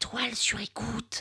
toile sur écoute.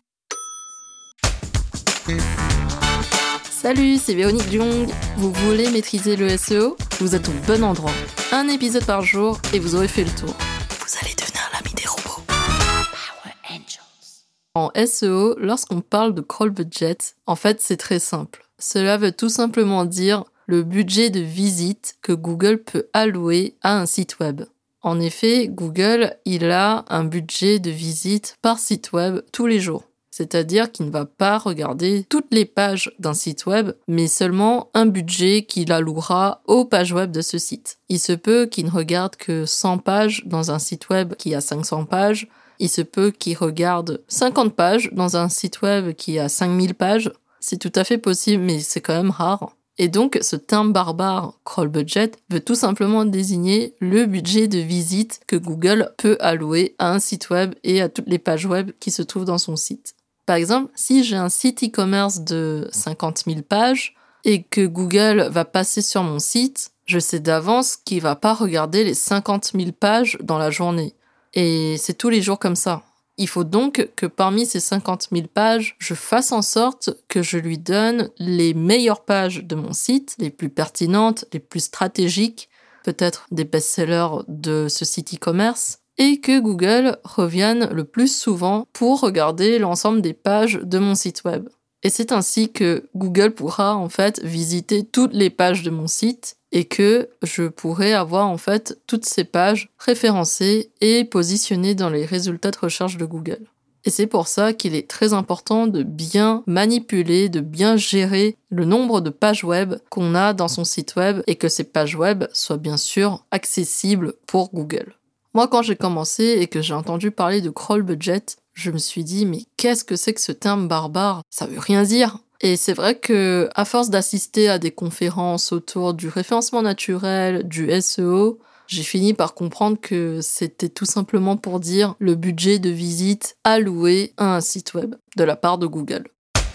Salut, c'est Véronique Jung. Vous voulez maîtriser le SEO ? Vous êtes au bon endroit. Un épisode par jour et vous aurez fait le tour. Vous allez devenir l'ami des robots. Power Angels. En SEO, lorsqu'on parle de crawl budget, en fait, c'est très simple. Cela veut tout simplement dire le budget de visite que Google peut allouer à un site web. En effet, Google, il a un budget de visite par site web tous les jours. C'est-à-dire qu'il ne va pas regarder toutes les pages d'un site web, mais seulement un budget qu'il allouera aux pages web de ce site. Il se peut qu'il ne regarde que 100 pages dans un site web qui a 500 pages. Il se peut qu'il regarde 50 pages dans un site web qui a 5000 pages. C'est tout à fait possible, mais c'est quand même rare. Et donc, ce terme barbare, crawl budget, veut tout simplement désigner le budget de visite que Google peut allouer à un site web et à toutes les pages web qui se trouvent dans son site. Par exemple, si j'ai un site e-commerce de 50 000 pages et que Google va passer sur mon site, je sais d'avance qu'il va pas regarder les 50 000 pages dans la journée. Et c'est tous les jours comme ça. Il faut donc que parmi ces 50 000 pages, je fasse en sorte que je lui donne les meilleures pages de mon site, les plus pertinentes, les plus stratégiques, peut-être des best-sellers de ce site e-commerce, et que Google revienne le plus souvent pour regarder l'ensemble des pages de mon site web. Et c'est ainsi que Google pourra en fait visiter toutes les pages de mon site et que je pourrai avoir en fait toutes ces pages référencées et positionnées dans les résultats de recherche de Google. Et c'est pour ça qu'il est très important de bien manipuler, de bien gérer le nombre de pages web qu'on a dans son site web et que ces pages web soient bien sûr accessibles pour Google. Moi, quand j'ai commencé et que j'ai entendu parler de crawl budget, je me suis dit, mais qu'est-ce que c'est que ce terme barbare ? Ça veut rien dire. Et c'est vrai que, à force d'assister à des conférences autour du référencement naturel, du SEO, j'ai fini par comprendre que c'était tout simplement pour dire le budget de visite alloué à un site web de la part de Google.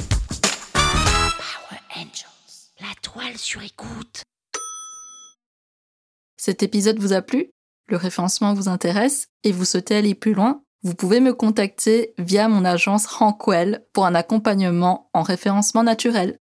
Power Angels. La toile sur écoute. Cet épisode vous a plu ? Le référencement vous intéresse et vous souhaitez aller plus loin ? Vous pouvez me contacter via mon agence Rankwell pour un accompagnement en référencement naturel.